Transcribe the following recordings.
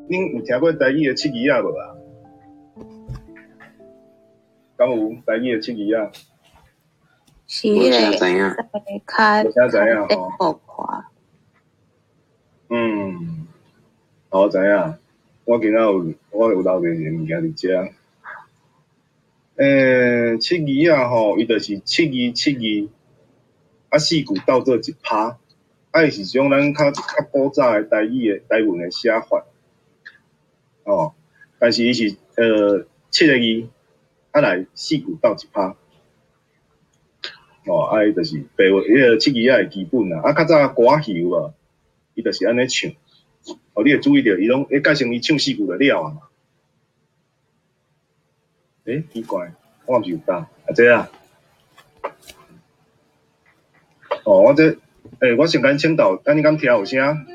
恁有听过台语的七字仔无啊？敢有台语的七字仔？ 是迄个较无啥知影吼。我知影。我今仔我有留一个物件伫遮。七字仔吼，伊就是七字，啊四句斗做一拍，伊是种咱较古早的台文的写法。但是伊是七个字，来四句斗一拍。伊就是白话迄个七字仔的基本啦。较早歌戏有无？伊就是安尼唱。你会注意到，伊拢改成伊唱四句就了啊嘛。奇怪，我毋是有答这啊？我我先甲请到，你敢听有声？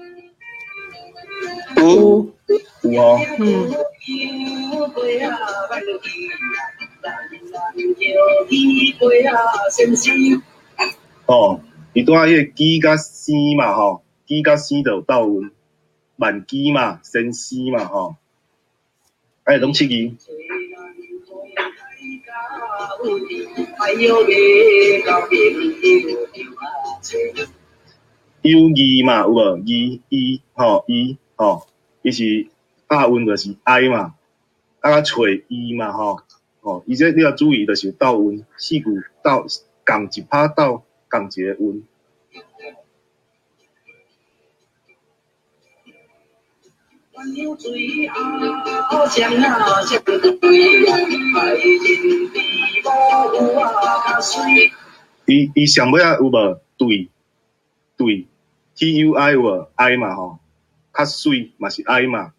有哦。伊拄仔迄个鸡甲生嘛吼，鸡甲生就有斗韵，慢鸡嘛，先生嘛吼，拢七字。有字嘛，有无？伊是押韵就是哀嘛，找伊嘛吼，伊这你要注意就是斗韵，四句斗共一拍斗共一个韵。伊上尾有无对，TUI 有无爱嘛吼，较水嘛是爱嘛。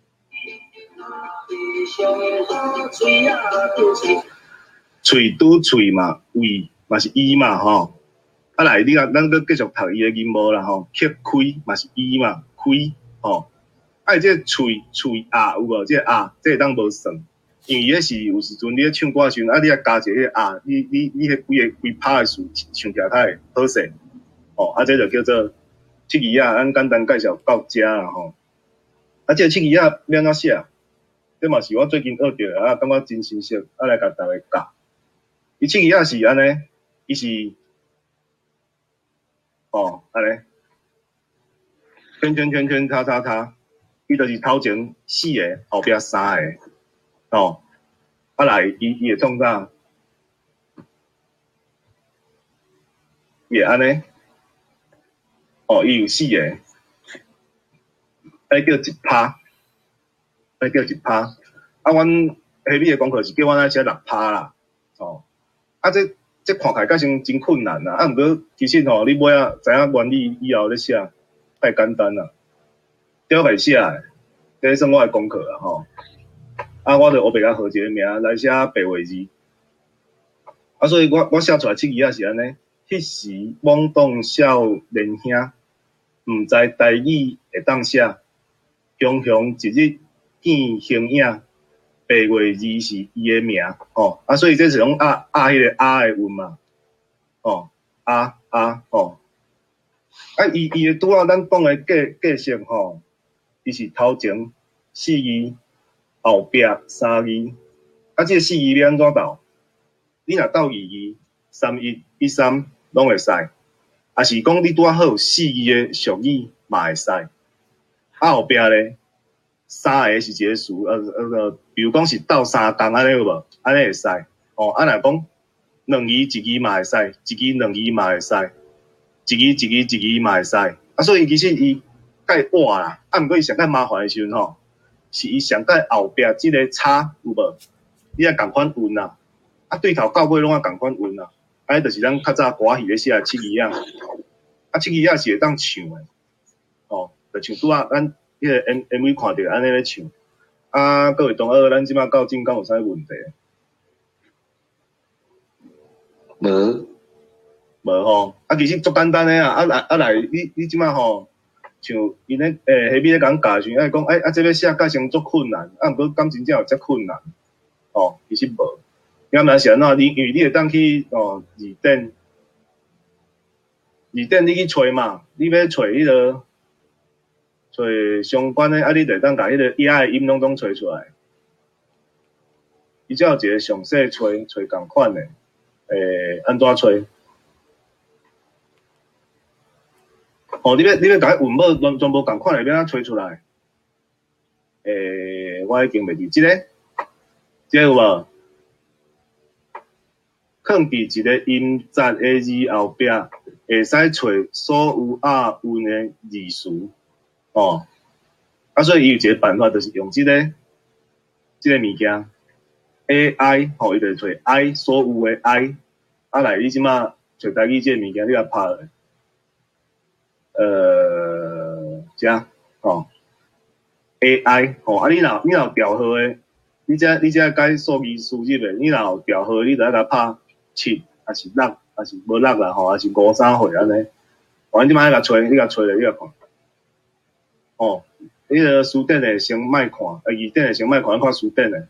喙拄喙嘛，胃嘛是伊嘛吼。来，咱搁继续读伊的音无啦吼，揭开嘛是伊嘛，开吼。这喙有无？这这当无算，因为迄是有时阵你咧唱歌的时阵，你加一个你迄规拍的数唱起来较会好势。这就叫做七字仔，咱简单介绍到遮啦吼。这七字仔要安怎写？这嘛是我最近学着的，感觉真新鲜，来甲大家教。伊七字仔是安尼，伊是安尼，圈，叉，伊就是头前四个，后壁三个，来伊会创啥？伊会安尼，伊有四个，叫一拍，叫一拍。阮下面的功课是叫我咱写六拍啦，这看起来敢像真困难啦，毋过其实你尾仔知影原理以后咧写，太简单啦。雕来写的，这算我的功课啦吼。我就学白甲号一个名来写白话字。所以我写出来七字仔是安尼。迄时懵懂少年兄，毋知台语会当写，雄一日见形影，白话字是伊的名。所以这是拢迄个的韵嘛。伊的拄仔咱讲的格式吼，伊是头前四字，后壁三字。这个四字要安怎斗？你若斗二字，3113拢会使。是讲你拄仔好有四字的俗语嘛会使。后壁咧，三个是一个词，比如讲是斗三工安尼有无？安尼会使。若讲两字一字嘛会使，一字两字嘛会使。一字嘛会使，所以其实伊介活啦，毋过伊上介麻烦的时阵吼，是伊上介后壁即个叉有无？你共款韵啦，对头到尾拢共款韵啦，就是咱较早歌戏咧写七字仔，七字仔是会当唱的，就像拄仔咱迄个 MV 看到安尼咧唱，各位同学，咱即马到正讲有啥问题？无吼，其实足简单诶啊！来，你即摆吼，像因咧下面咧讲教时，讲这要写改成足困难，毋过敢真正有遮困难？其实无。敢是安怎？因为你会当去字典你去找嘛，你要找迄个找相关的，你就当甲迄个野的音拢找出来。伊才有一个详细找共款的，安怎找？你要甲韵母全部共款的，要安怎找出来？我已经袂记，这个有无？放伫一个音节的字后壁，会使找所有押韵的字词。所以伊有一个办法，就是用这个物件 ，AI， 伊就找 I 所有的 I， 来你即马找台语这个物件，你甲拍落。AI， 你若有调号的，你这改数字输入的，你若有调号，你就要甲拍7，还是6，还是无6啦，还是5、3岁安尼。你即摆甲找，你甲找咧，你甲看。迄个书典的先莫看，字典的先莫看，咱看书典的。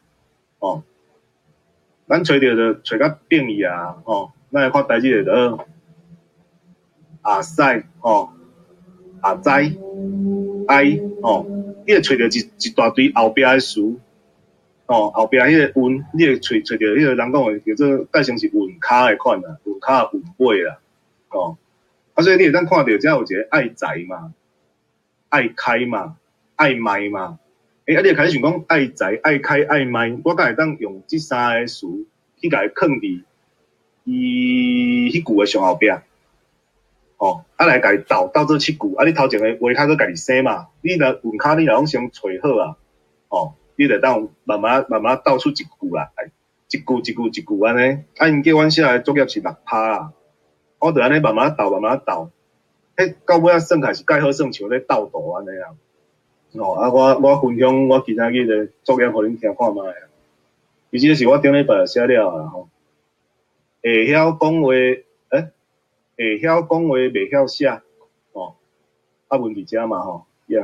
咱找着就找较便宜啊，咱来看台语就好。阿西，阿仔，I，你会找着一大堆后壁的词，后壁迄个韵，你会找着迄个人讲的叫做改成是韵卡的款啦，韵卡韵尾啦，所以你会当看到遮有一个爱财嘛，爱开嘛，爱卖嘛，你会开始想讲爱财、爱开、爱卖，我敢会当用这三个词去甲伊放伫伊迄句的上后壁。来甲伊斗做7句，你头前的话卡搁家己生嘛，你若韵卡你若拢先找好啊，你就当慢慢斗出一句来，一句安尼。因叫阮写的作业是6拍啦，我就安尼慢慢斗，到尾算起来是介好算像咧斗图安尼啊。我分享我今仔日的作业互恁听看卖啊。其实是我顶礼拜写了啊会晓讲话。会晓讲话，袂晓写，问题遮嘛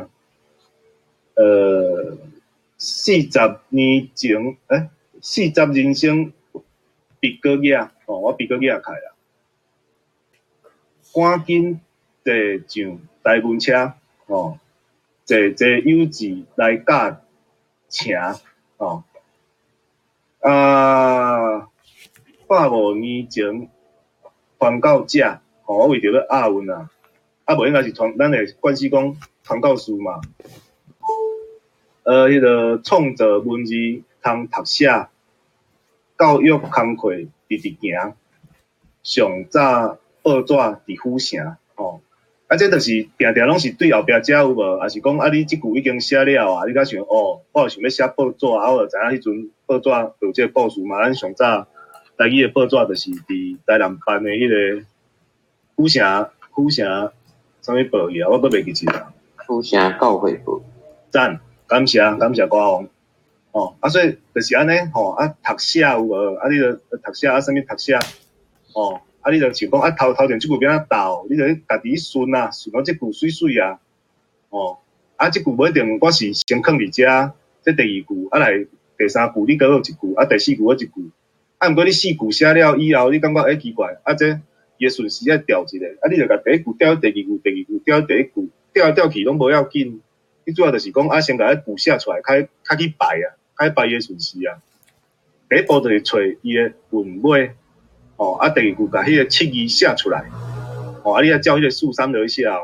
40年前，40人生别个囝，我别个囝开啦，赶紧坐上台文车，坐幼稚来教请，85年前传到遮。我为着要押韵啊，无应该是咱的惯势讲传教士嘛。迄个创造文字通读写，教育工课直行，上早报纸伫府城，这就是定定拢是对后壁遮有无？还是讲你即句已经写了啊？你甲想我有想要写报纸我就知影迄阵报纸有这个故事嘛。咱上早台语的报纸就是伫台南办的迄个。府城啥物报去啊？我阁袂记住啦。 府城教会报。 赞，感谢国王。所以就是安尼读写有无？你就读写啥物读写？你就想讲头前即句要安怎斗？你就家己顺到即句水啊。即句无一定，我是先放伫遮，这第2句，来第3句你搁有一句，第4句搁一句。毋过你4句写了以后，你感觉奇怪，这。伊顺序要调一个，你就甲第1句调第2句，第2句调第1句，调去拢无要紧。你主要就是讲先甲迄句写出来，较去排啊，较去排伊顺序啊。第一步就是找伊的韵尾，第2句甲迄个7字写出来，你要照迄个竖3落去写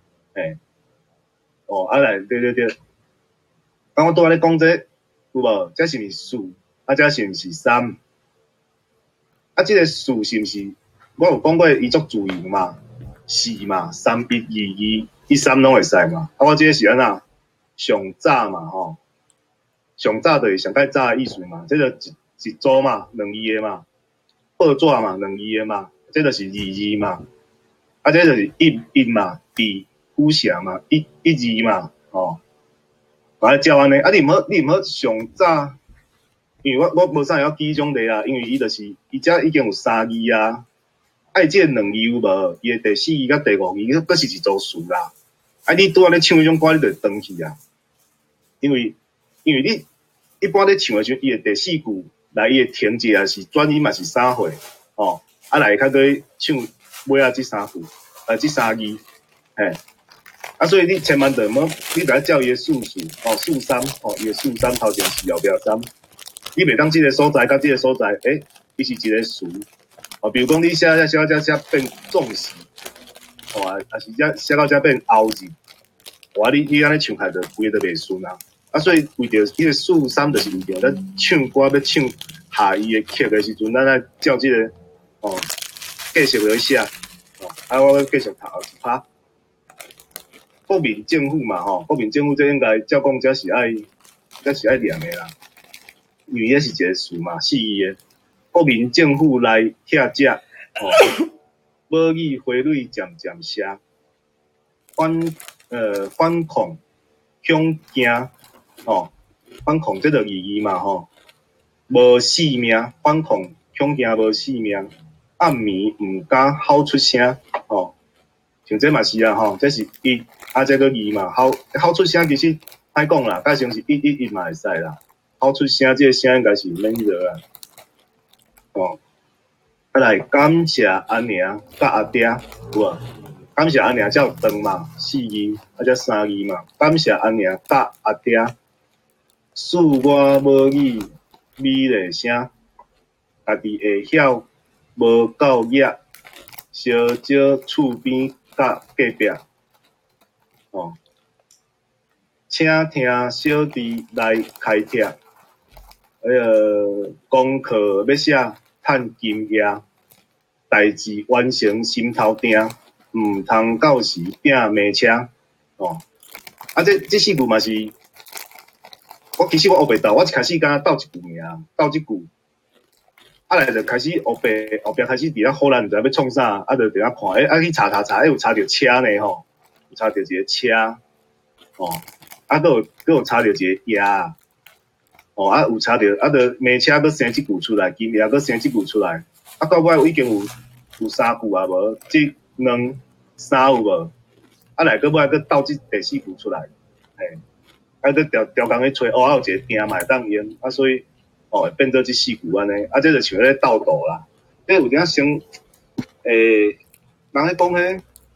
来对。当我拄仔咧讲这有无？这是毋是竖？这是毋是3？这个竖是毋是？我有讲过伊足自由嘛，4嘛，3、1、2、2、3拢会使嘛。我这个是安怎？上早嘛上早就是上介早的意思嘛。这个一组嘛，2字的嘛，报纸嘛，2字的嘛，这就是2字嘛。这就是1嘛，2府城嘛，1字嘛，反正照安尼。你毋好上早，因为我无啥会晓记迄种例啊，因为伊就是伊遮已经有3字啊。这个2字有无？伊的第4字甲第5字，佫是一组词啦。你拄仔咧唱迄种歌，你就断去啊。因为你一般咧唱的时候，伊的第4句来伊的停节也是转音嘛是3回，来较过唱尾这3句，这3字， 所以你千万就莫，你甲照伊个数数三伊个数三头前4后壁3，你袂当即个所在甲即个所在，伊是一个数。比如讲你写变重视，还是写到变凹字，你安尼唱起来就规个都袂顺啊。所以为着迄个数3就是为着咱唱歌要唱下伊个曲的时阵，咱来照即个继续落写。我要继续读后一趴。国民政府嘛国民政府这应该照讲才是爱念的啦，因为也是一个词嘛，4字的。国民政府来遐只母语花蕊渐渐谢，反抗恐惊反抗这个意义嘛无性命，反抗恐惊无性命，暗暝毋敢吼出声像这嘛是啊这是一这个字嘛，吼出声其实歹讲啦，改成是一嘛会使啦，吼出声这个声应该是免迄个啦再来感谢阿娘甲阿爹有无？感谢阿娘才有长嘛，4字才3字嘛，感谢阿娘甲阿爹，赐我母语美丽声，家己会晓无够野，烧少厝边甲隔壁请听小弟来开帖，功课要写趁今夜，代志完成心头定，毋通到时拼骂车这4句嘛是，其实我学袂到，我一开始敢斗一句尔，斗一句，来就开始后壁开始伫遐好难，毋知要创啥，就伫遐看，去查，有查着车呢有查着一个车佫有查着一个夜有查着就骂车佫生即句出来，今夜佫生即句出来，到尾已经有3句啊无，即2、3有无？来佫尾佫斗即第4句出来，佫调工去找，有一个定嘛会当用，所以会变做即4句安尼，这就像咧斗图啦。这有点像人咧讲迄。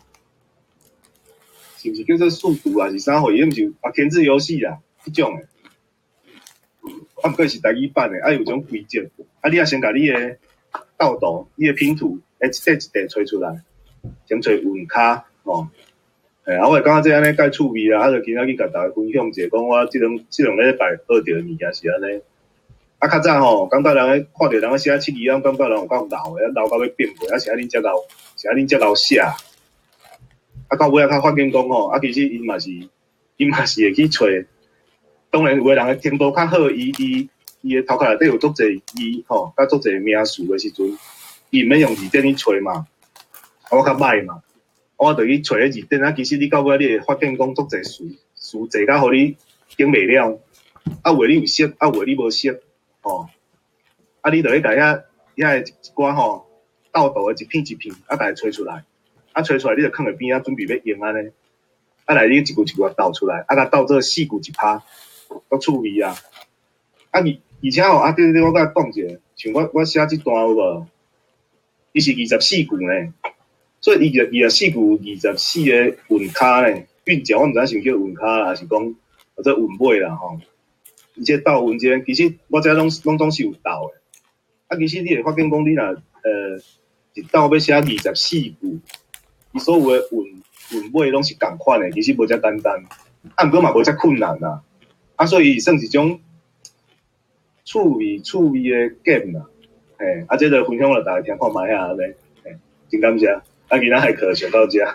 是毋是叫做数独还是啥货？伊毋是填字游戏啦，迄种诶。毋过是台语版诶，有种规则。你也先甲你诶斗图、你诶拼图，一块一块吹出来，先找韵卡我会感觉这安尼介趣味啦，就今仔日甲大家分享者，讲我即两礼拜学着物件是安尼。较早感觉人咧看着人咧写7字，感觉人有够老诶，老到要变过，是恁遮老写。到尾较发现讲其实伊嘛是会去找，当然有个人程度较好，伊诶头壳内底有足侪字甲足侪名词诶时阵，伊毋免用字典去找嘛，我较歹嘛，我就去找迄字典，其实你到尾你会发现讲足侪词侪甲互你顶袂了，话你有识，话你无识你就去甲遐一寡斗图诶一片一片甲伊吹出来。吹出来，你就放在边准备要用安尼。来你一句一句斗出来，甲斗做4句一拍，足趣味啊！而且对，我甲你讲一下，像我写这段有无？伊是24句呢，所以伊24句24个韵卡呢，韵脚我毋知是叫韵卡啦，还是讲或者韵尾啦伊这斗韵这，其实我这拢总是有斗诶。其实你会发现讲，你若一斗要写24句。所有的韵尾拢是共款的，其实无遮简单，毋过嘛无遮困难啦。所以算是一种趣味的 game 啦。这就分享互大家听看卖啊安尼。真感谢。今仔下课上到遮，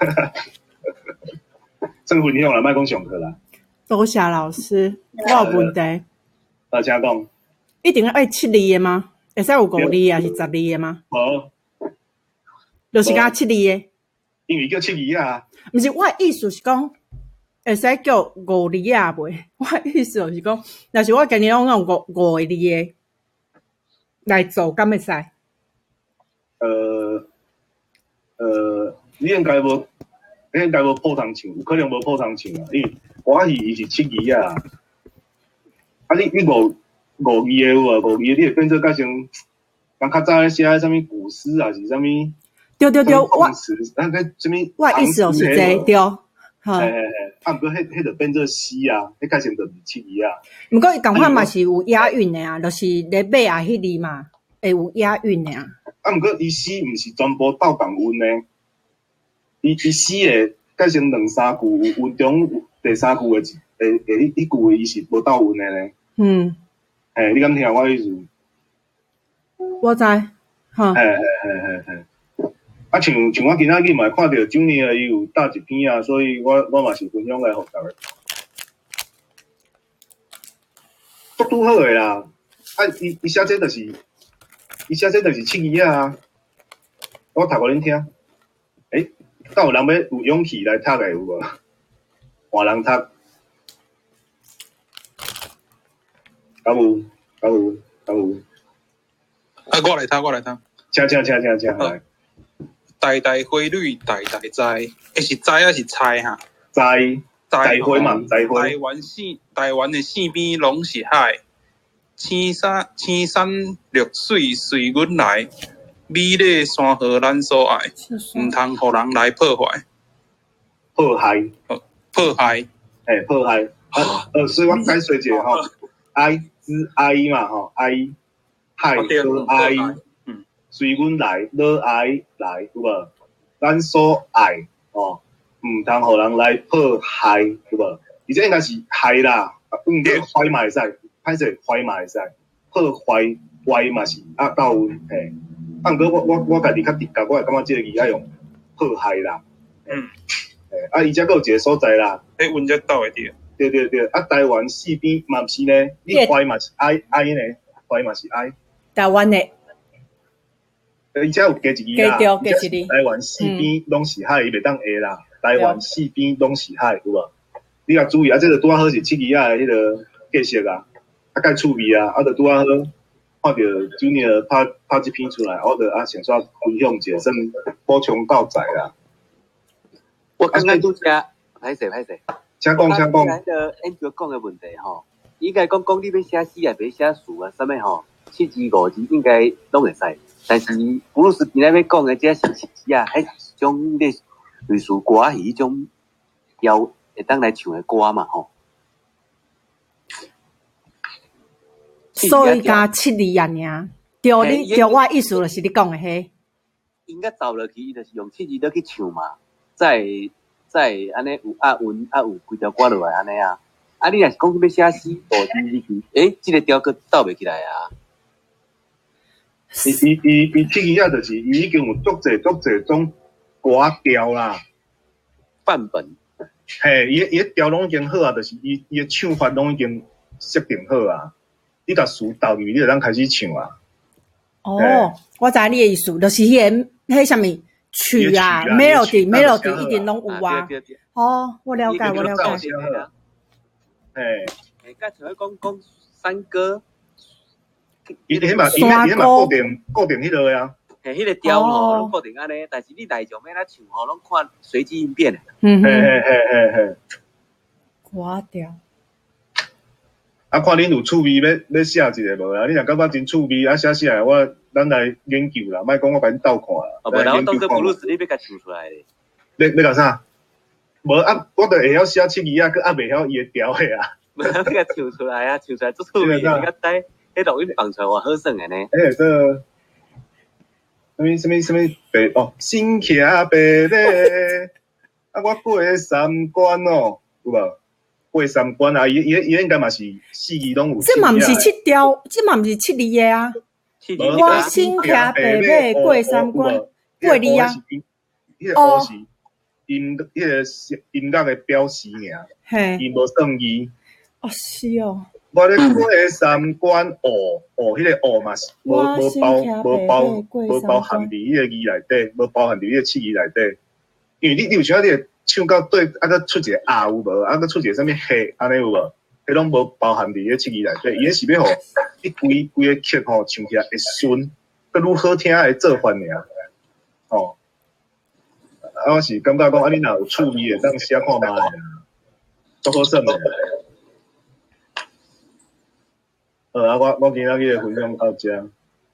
算分享啦，莫讲上课啦。 多谢老师，我有问题。 请讲。 一定要爱7字的吗？会使有5字还是10字的吗？ 无。 就是甲7字的。 因为叫7字啊， 毋是我的意思是讲，会使叫5字啊袂？我的意思就是讲，若是我今日用5个字的来做，敢会使？ 你应该无破通唱，有可能无破通唱啊，因为歌戏伊是7字啊。你5字的有无？5字你会变做甲像，人较早咧写啥物古诗还是啥物？ 对，我那个什么？ 我意思就是这对。 哈。 啊，毋过迄就变做诗啊，迄开始就毋是七字啊。 毋过伊共款嘛是有押韵的啊，就是咧尾啊迄字嘛，会有押韵的啊。 啊，毋过伊诗毋是全部斗共韵的，伊诗会改成两三句，有韵中第三句的迄句伊是无斗韵的呢。 嗯。 你敢听我意思？ 我知，哈。 啊，像我今仔日嘛看到Junior伊有搭一篇啊，所以我嘛是分享来互大家。足拄好诶啦！啊，伊写这就是七字啊！我读互恁听。敢有人要有勇气来读诶有无？换人读，敢有？ 啊，我来读。 请来。 代代花蕊代代栽，是栽还是菜哈？ 栽花嘛，栽花。 台湾的四边拢是海，青山绿水随阮来，美丽山河咱所爱，毋通互人来破坏。 破坏。 破坏。 所以我解说者吼，爱之爱嘛吼，爱海和爱。随阮来，老爱来，有无？咱所爱毋通互人来破坏，有无？而且应该是害啦，坏嘛会使，歹势坏嘛会使，破坏坏嘛是斗韵啊，毋过我家己较直觉，我会感觉即个字爱用破坏啦。啊，伊遮佫有一个所在啦， 迄韵则斗会着。 对，啊，台湾四边嘛毋是呢，你坏嘛是爱呢，坏嘛是爱。 台湾的。 伊遮有加一字啦，台湾四边拢是海，伊袂当下啦。台湾四边拢是海，有无？你甲注意啊，这个拄好是七字啊，迄个解释啊，介趣味啊，就拄好看到 Junior 拍这篇出来，我就想说分享一下，算补充教材啦。 我刚刚拄则歹势。 请讲。 咱个 Andrew 讲的问题吼，应该讲你要写诗啊，要写词啊，啥物吼，七字五字应该拢会使。但是布鲁斯今仔要讲的这是七字啊，迄是种类似歌是迄种会当来唱的歌嘛吼。 所以加七字啊尔，对我意思就是你讲的迄。 应该走落去，伊就是用七字落去唱嘛，再安尼有韵有几条歌落来安尼啊。啊，你若是讲要写诗五字入去，这个调佫斗袂起来啊。 伊七字啊，就是伊已经有足侪种歌调啦， 范本。 伊调拢已经好啊，就是伊的唱法拢已经设定好啊。你甲词倒入，你就当开始唱啊。 我知你的意思，就是迄啥物曲啊 ，melody 一定拢有啊。我了解。 刚才讲山歌。 伊迄嘛固定迄落啊， 迄个调吼拢固定安尼，但是你内容要哪唱吼，拢看随机应变的。 歌调。 啊，看恁有趣味，要写一个无啦？你若感觉真趣味，写来，咱来研究啦，莫讲我甲恁斗看啦。 无啦，我当做布鲁斯你要甲唱出来咧。 要甲啥？无我就会晓写七字啊，佮袂晓伊的调的啊。 无啦，你甲唱出来啊，唱出来足趣味，你甲带。迄录音放出来我好耍的呢。 这什么白新徛白咧，我过三关有无？过三关啊！伊应该嘛是四字拢有。 这嘛毋是七调，这嘛毋是七字的啊。我新徛白咧，过三关，过字啊。 迄个是音乐的表示尔，伊无算字。 是哦。 我咧过三关迄个嘛是无包含伫迄个字内底，无包含伫迄个七字内底。因为你有像你唱到对，佮出一个有无？佮出一个啥物嘿，安尼有无？迄拢无包含伫迄个七字内底。伊是要互你规个曲唱起来会顺，佮愈好听的做法尔。我是感觉讲，你若有趣味的，当写看卖啊，足好耍的。我今仔日的分享到这。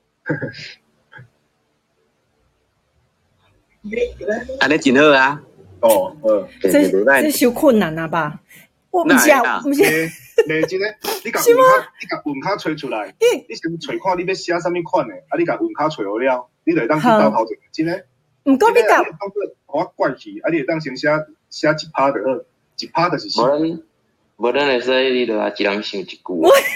安尼真好啊！ 哦， 这伤困难啊吧？我不是啊，不是。 嘞真诶，你甲运卡吹出来，你先找看你要写啥物款诶，啊，你甲运卡找好了，你就会当去倒头前，真诶。 毋过你甲， 当做互我怪去，啊，你会当先写1%就好，1%就是死。 无咱会使，你著一人想一句。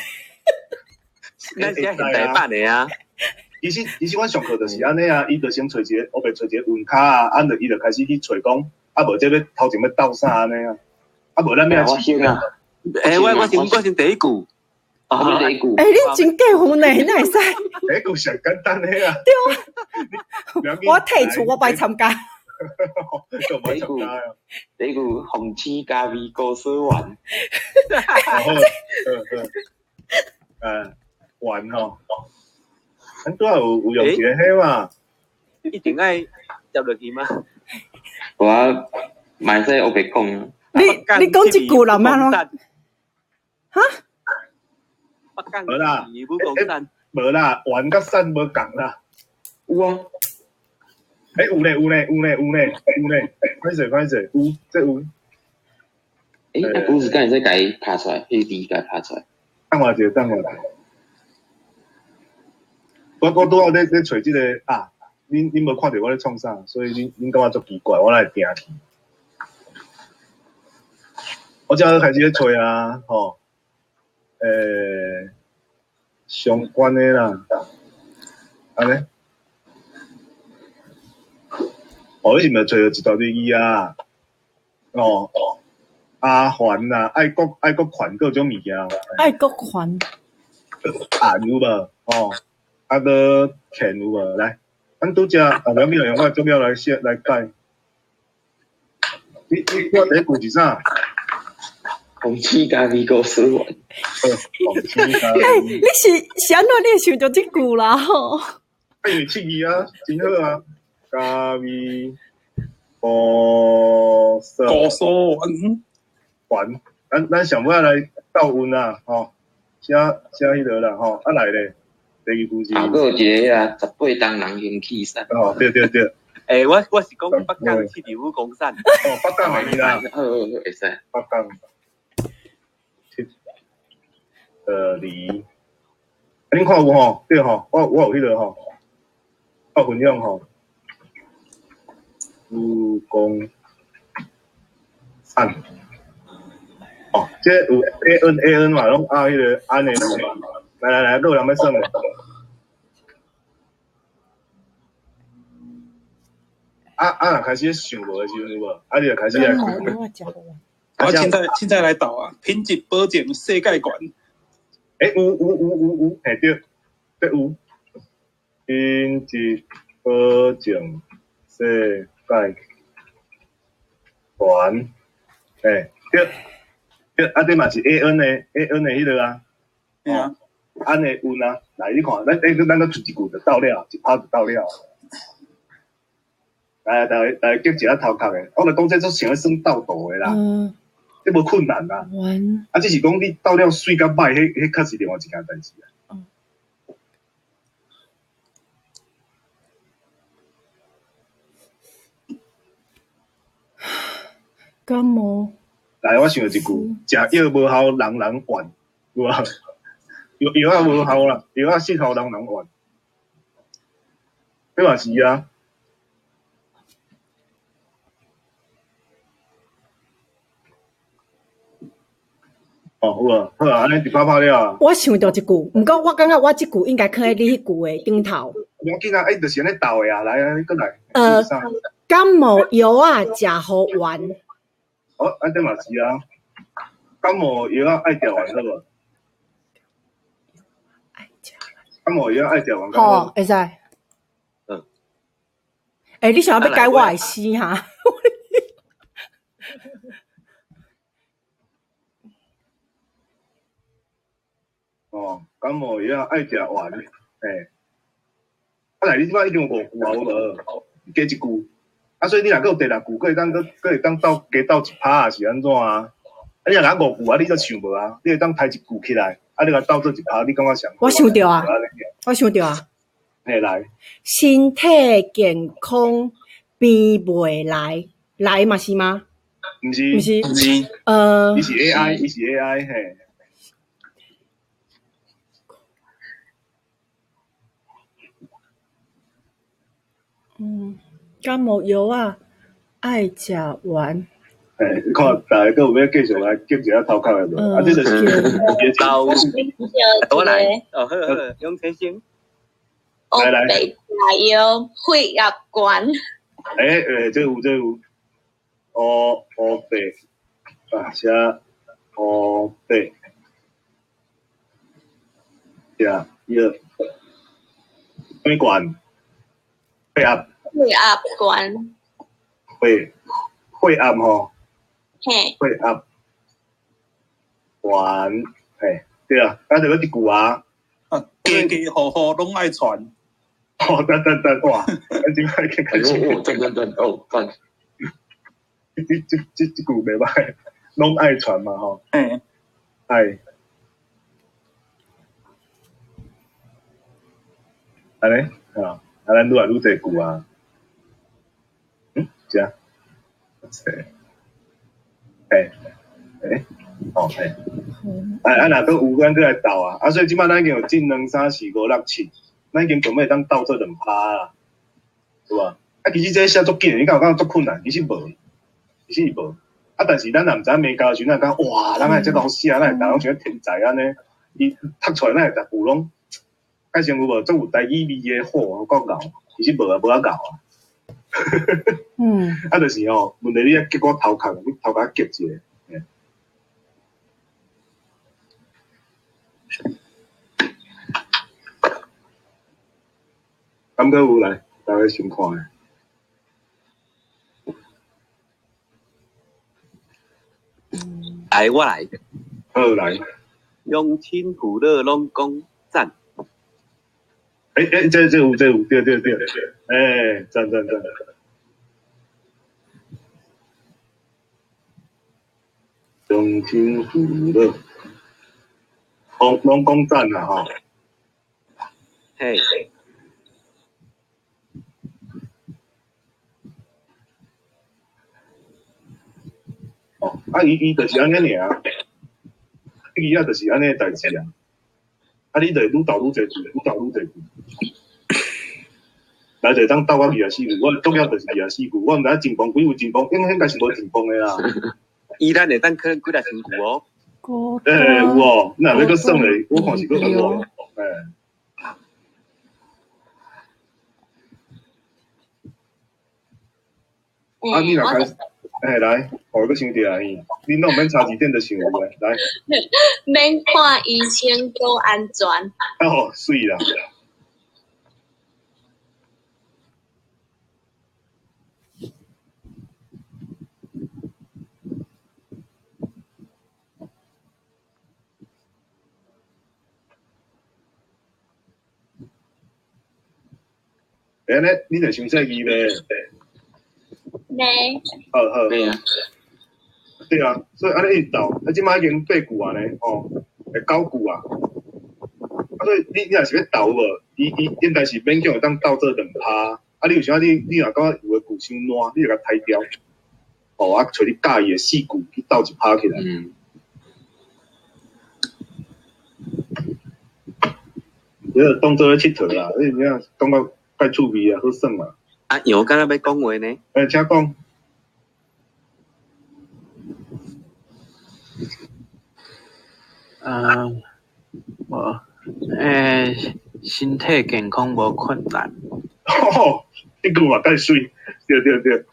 咱写现代版诶啊。 其实阮上课就是安尼啊，伊就先找一个，后壁找一个运卡啊，啊，伊就开始去找讲，啊，无这要头前要斗啥安尼啊，啊，无咱要我先啊。 我先第一句。 第一句。 你真过分呢，哪会使？ 第一句上简单诶啊。 对啊。我退出，我不参加。 第一句红青咖啡高奢丸。 丸吼。咱拄有用一个迄嘛， 一定爱接落去吗？ 我买使我别讲。 你讲一句啦，嘛咯？哈？ 无啦， 无啦，丸甲散无共啦。 有啊。 有咧，歹势，有，这有。 故事敢会使甲伊拍出来，迄字甲伊拍出来。 等我一下。我拄好咧找即个啊，恁无看到我咧创啥，所以恁感觉足奇怪，我来定去。我只开始咧找啊，吼，相关的啦，安尼。哦，你是咪找到一大堆字啊？哦，阿环啦，爱国款各种物件。 爱国款。 有无？哦。啊个钱有无？来，咱拄只后面用我重要来写来改。你看第一句是啥？ 红青咖啡高奢丸。 红青咖啡。 你是安怎你会想到这句啦？吼。 因为刺激啊，真好啊！咖啡高奢丸，咱想要来倒运啊，吼，写迄个啦，吼，啊来咧。第二句是。 还有一个啊，18当人行气散。 哦，对。 我是讲北港市政府公散。 哦，北港会啦。 会使。 北港。恁看有吼？对吼，我有迄个吼，我分享吼，武功散。哦，这有 AN 嘛，拢迄个安的。来，有人要算的。若开始想无的时阵有无？你就开始来。 我现在来导啊，品质保证世界观。 有，对有。品质保证世界观。对，这嘛是 AN 的迄个啊。 对啊。 安的运啊，来你看，咱都出一句就到了，1%就到了。来，叫一下头壳的，我来讲这种想要算倒度的啦，这无困难啦。只是讲你倒了水甲歹，迄确实另外一件代志啊。 感冒。 来，我想到一句，食药无效，人怨，有无？药啊无效啦，药啊适合人怨，这嘛是啊。哦，有啊，好啊，安尼1%拍了啊。 我想到一句，不过我感觉我这句应该放在你迄句的顶头。 无要紧啊，就是安尼斗的啊，来啊，你过来。 感冒药啊，食好丸。 哦，安这嘛是啊，感冒药啊爱食丸好无？感冒药爱食丸。 好，会使。你想要改我的诗哈？ 哦，感冒药爱食丸，来你即摆已经有5句啊，有无？加一句，所以你若佫有第6句，佫会当加斗1%啊，是安怎啊？你若5句啊，你则想无啊？你会当抬一句起来，你甲斗做1%，你感觉上？ 我想到啊，来，身体健康变袂来， 来嘛是吗？ 毋是， 不是， 不是， 伊是 AI，伊是 AI 嘿。 感冒药啊，爱食完。 嘿，看大家有要继续来记一下头壳的无？啊，这就是到我来，好，用先先。 来来， 白加药血压管。 这有。黑白啊，写黑白呀，药血管血压管。 血压吼， 嘿。 血压管，嘿，对啊，咱就要一句啊。 家家户户拢爱传。 哦，等，哇，咱真快去开始。 等，哦，赞。 这句袂歹，拢爱传嘛吼。爱。安尼啊，咱愈来愈侪句啊。这，若佫有咱佫来斗啊，所以即摆咱已经有1、2、3、4、5、6、7，咱已經準備當鬥做2趴啊，對吧？其實這寫足緊，你敢有感覺足困難？其實無，但是咱若毋知影教的時陣，咱會講哇，咱會這老師啊，咱會大家像天才安尼，伊讀出來咱會逐句攏，介像有無足有台語味的好夠牛，其實無啊，無啊牛啊。就是問題你要結果頭殼，你頭殼結一下。咁都有來，大家先看的。 來，我來。 好來。 用親父樂攏講讚。 這有，對。讚。用親父樂，攏講讚啦吼。 嘿。 伊就是安尼爾，伊就是安尼代志啊。你就愈鬥愈濟句，來就當鬥到24句，我重要就是24句，我毋知進步幾有進步，應該是無進步的啦。 伊咱會當可能幾來千句哦。 有哦，那要算咧，我看是佫有哦。你若開始。來，我佫想着啊，你攏毋免查字典就想有誒，來。 免看醫生都安全。 哦，水啦。安尼，你就想說伊咧。好。 對啊。 對啊，所以安尼一直鬥，即擺已經8句啊呢，會9句啊。所以你若是要鬥無，伊應該是勉強會當鬥做2趴。你有時你若感覺有誒句傷爛，你就甲篩掉。找你介意誒4句去鬥1趴起來。你當做咧佚佗啦，你影感覺介趣味啊，好耍嘛。 楊敢若要講話呢？ 請講。 身體健康無困難。 這句話介水，對。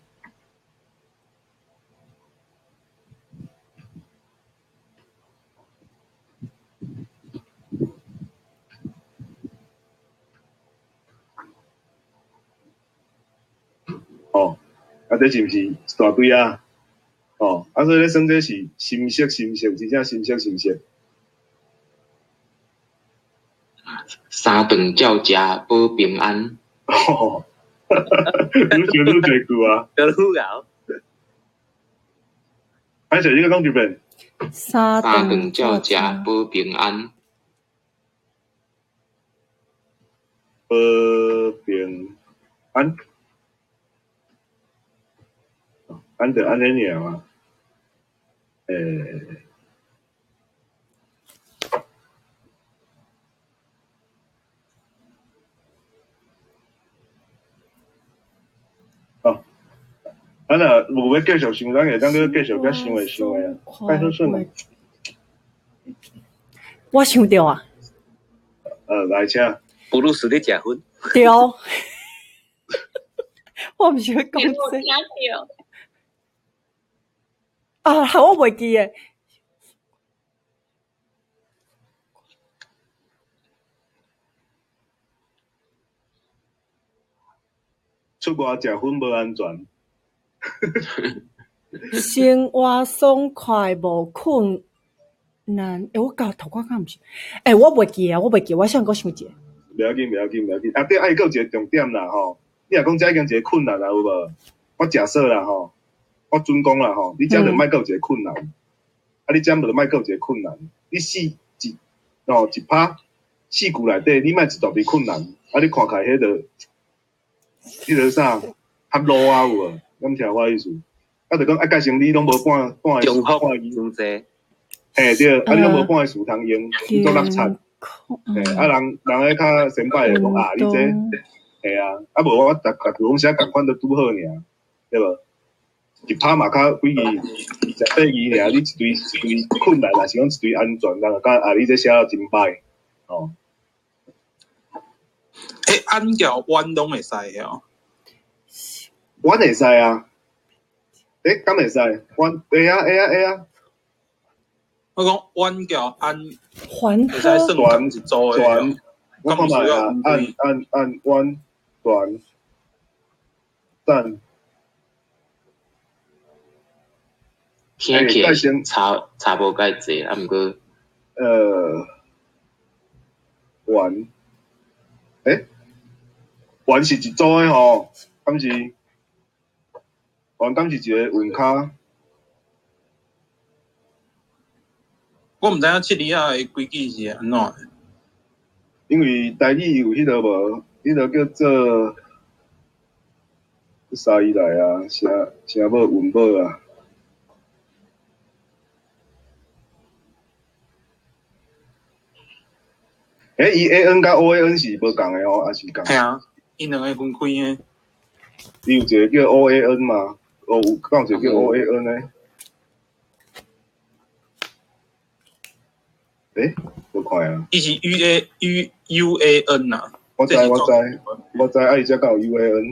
這是毋是大堆啊？所以咧算這是心色，真正心色。 三頓照食保平安。 愈濟句啊。 愈咬。 還是你個講一遍。 三頓照食保平安。 保平安。 安就安尼尔嘛。哦，安若无要继续想，咱会当搁继续甲想诶啊。拜托顺啊。 我想到啊。 来请。 布鲁斯咧食薰。 对。我毋是要讲这。啊，我袂记诶。 出外食薰无安全。 生活爽快无困难。我头壳敢毋是？我袂记啊，我想搁想一个。 袂要紧。啊，对，还有一个重点啦吼。你若讲这已经一个困难啦，有无？我假设啦吼，我准讲啦吼，你这就莫搁有一个困难。啊，你这就莫搁有一个困难。你一拍4句内底，你莫一大堆困难。啊，你看起来迄个啥较low啊有无？敢听我意思？啊，就讲啊，介成你拢无半个中学经济。 对，啊，你拢无半个事通用，你做垃圾。啊，人咧较先摆就讲啊，你这啊，啊无我逐拢写共款都拄好尔，对无？一拍嘛较几字，10字尔，你一堆困难，还是讲一堆安全，人讲啊，你这写得真歹，哦。 按条弯拢会使哦。 弯会使啊？敢会使？弯会啊。 我讲弯条按， 环会使算同一组诶。 我看卖啊，按弯短暂。 听起来差无介济，啊，毋过弯，弯是一组诶吼，敢是？弯敢是一个运骹？ 我毋知影7字仔诶规矩是安怎。 因为台语有迄个无，迄个叫做啥字来啊？啥某文某啊？伊 AN 甲 OAN 是无共诶哦，还是共？ 系啊，因两个分开诶。 伊有一个叫 OAN 嘛，有敢有一个叫 OAN 诶？无看啊。 伊是 UAN 啊。 我知，啊，伊只敢有 UAN。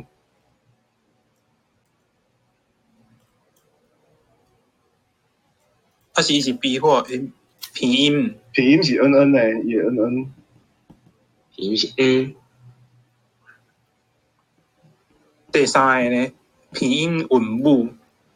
啊是伊是笔画诶拼音。 拼音是 NN 诶，伊诶 NN。 拼音是 N。 第三个呢，拼音韵母。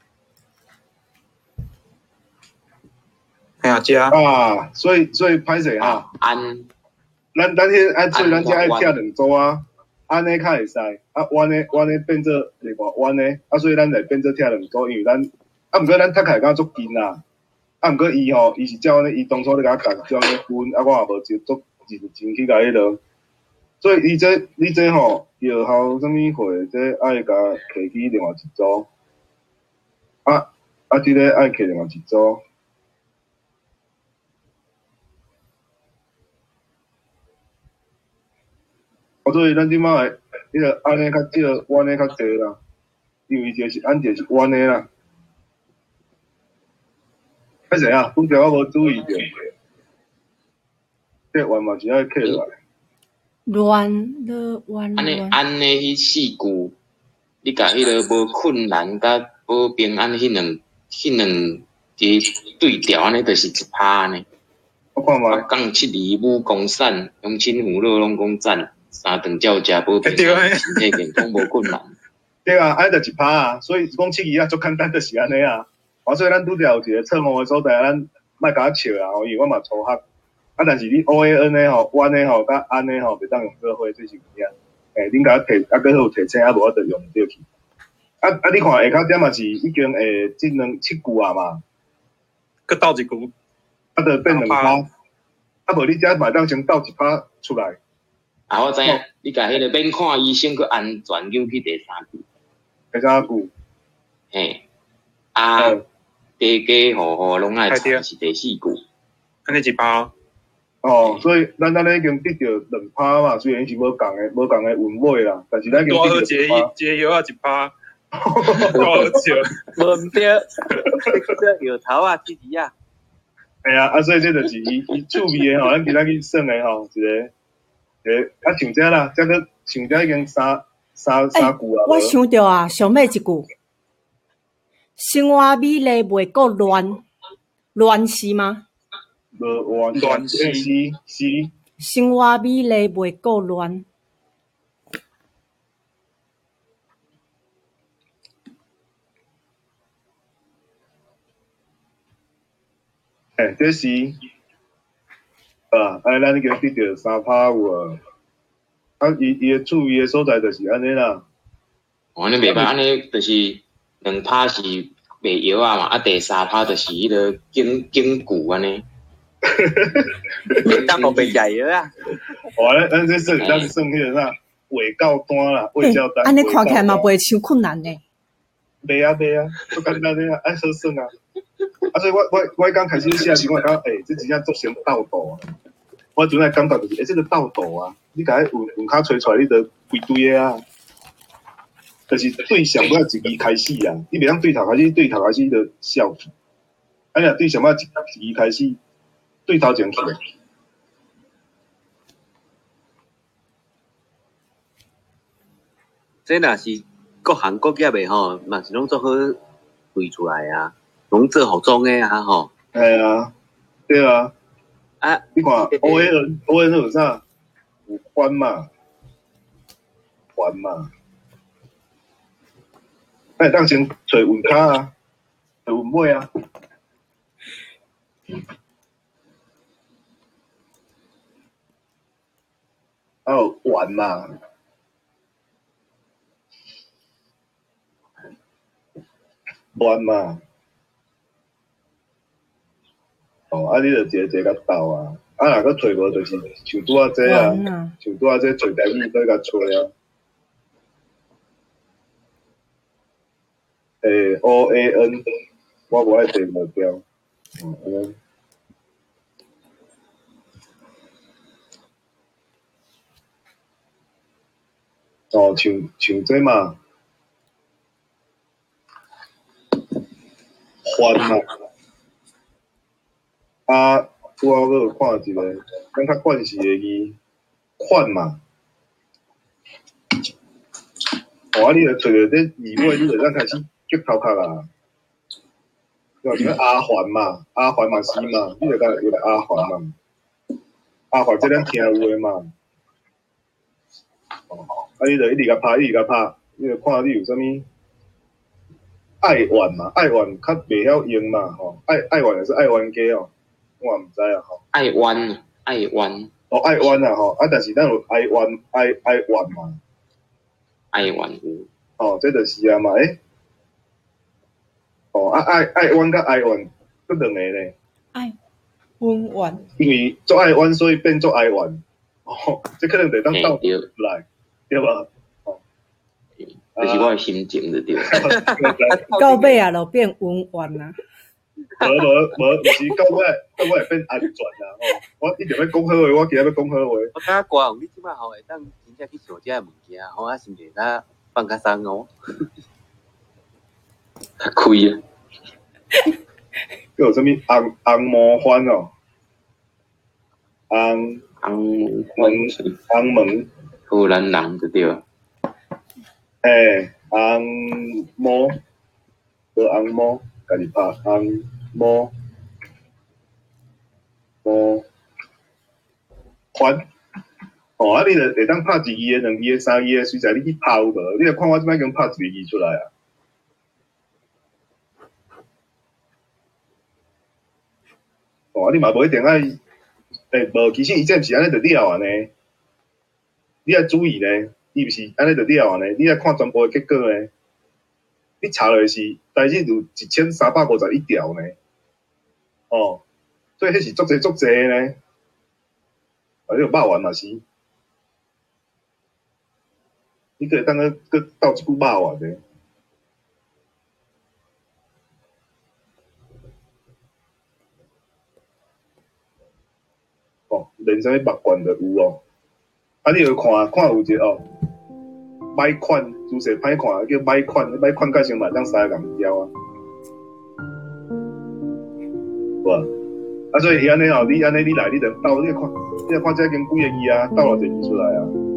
系啊，遮啊，所以歹势哈。 安。 咱迄按，所以咱遮爱拆两组啊。安尼较会使，啊弯诶变做另外弯诶，啊所以咱会变做拆两组，因为咱毋过咱读起来敢足紧啦。毋过伊是照呢，伊当初咧甲我教照咧分，啊我也无足认真去甲迄落。所以你这吼药效什么货，这爱甲摕去另外一组，这个爱摕另外一组。所以咱即摆诶，迄个安尼较少，弯诶较济啦。因为就是按就是弯诶啦。歹势啊，拄则我无注意着，这弯嘛是爱刻落来。 安尼迄4句，你甲迄个无困难甲无平安迄两对调，安尼就是一拍安尼。 我看卖。 讲7字武功散，乡亲父老拢讲赞。3顿照食无平安，身体健康无困难。 对啊，安尼就一拍啊，所以讲7字啊，足简单就是安尼啊。所以咱拄着有一个错误诶所在，咱莫甲我笑啊，因为我嘛初学。但是你 OAN 诶吼，弯诶吼，甲安诶吼，袂当用做伙，这是有影。恁甲我摕，搁好提醒，啊无我就用对去。你看下骹点嘛是已经7句啊嘛， 搁斗一句， 就变2拍。无你遮嘛当先斗一拍出来。 我知影，你甲迄个免看医生，佮安全扭去第3句。 第3句。 嘿。 啊，家家户户拢爱菜是第四句， 安尼一包。 哦，所以咱已经得到2趴嘛，虽然是无共的韵味啦，但是咱已经得到2趴。 一个药啊1趴，多好笑。 无毋对，这摇头啊，弟弟啊。 哎呀，啊，所以这就是伊趣味的吼，咱今仔去算的吼，一个啊，像这啦，这个像这已经三句啊。 我想到啊，上尾一句，生活美丽袂够乱，乱是吗？ 无乱是。 生活美丽袂够乱。 这是啊，咱已经得到3趴有啊。啊，伊的趣味的所在就是安尼啦。 安尼袂歹，安尼就是2趴是卖药啊嘛，啊第3趴就是迄个警句安尼。 袂当互卖假药啊！ 咱这算迄个啥？画到单啦，画胶单。 安尼看起来嘛袂伤困难呢。 袂啊，足简单的啊，爱好算啊。啊，所以我刚开始写时，我讲这真正足成斗道啊。我阵仔感觉就是这个斗道啊，你甲运卡吹出来，你就规堆的啊。就是对上尾一字开始啊，你袂当对头开始就笑去。啊，你若对上尾一字开始，对头前去。 这若是各行各业的吼，嘛是拢做好对出来啊，拢做服装的啊吼。 哎啊，对啊。 啊， 你看 ON 有啥？有环嘛，咱会当先找运卡啊，找运尾啊。还有丸嘛，丸嘛。哦，啊，你就一个甲斗啊，啊，若佫找无就是像拄仔这啊，像拄仔这找台语佫甲找啊。OAN， 我无爱查目标。哦，像这嘛，番嘛。啊，拄仔我有看一个，咱较惯势的字，款嘛。哦，啊，你就找着这字尾，你就咱开始结头壳啊。就像阿环嘛，阿环嘛是嘛，你就甲有个阿环嘛，阿环这咱听有诶嘛。哦，啊，你就一直甲拍，你就看你有啥物爱玩嘛，爱玩较袂晓用嘛，吼，爱玩也是爱玩家哦。我也毋知啊，吼。 爱玩。 哦，爱玩啊，吼，啊，但是咱有爱玩嘛。 爱玩有。 哦，这就是啊嘛，哦，啊，爱玩甲爱玩，佫2个呢。 爱玩。 因为做爱玩，所以变做爱玩。哦，这可能得当倒来，对吧？哦， 这是我的心情就对。 到尾啊，就变温玩啊。 无，是到尾会变安全啊！哦，我一定要讲好话，我今日要讲好话。 我感觉歌你即摆吼会当真正去想这物件，吼啊，是袂当放较松哦。 较开啊！ 有啥物红毛番哦？红门， 荷兰人就对。 红毛，无红毛，家己拍红毛番。哦，啊，你就会当拍1字的、2字的、3字的，随在你去拍有无？你就看我即摆已经拍1个字出来啊。哦，你嘛无一定爱，无，其实伊这毋是安尼就了啊呢。你要注意呢，伊毋是安尼就了啊呢。你要看全部的结果呢。你查落是大致有1351条呢。哦，所以迄是足济呢。啊，你有肉丸嘛是？你可以当个斗一句肉丸呢。 连啥物目冠都有哦。啊，你就看有一个哦，歹款姿势歹看，叫歹款改成嘛当三个人雕啊，是吧？啊，所以伊安尼哦，你安尼你来，你就斗，你看这已经几个字啊，斗偌济字出来啊。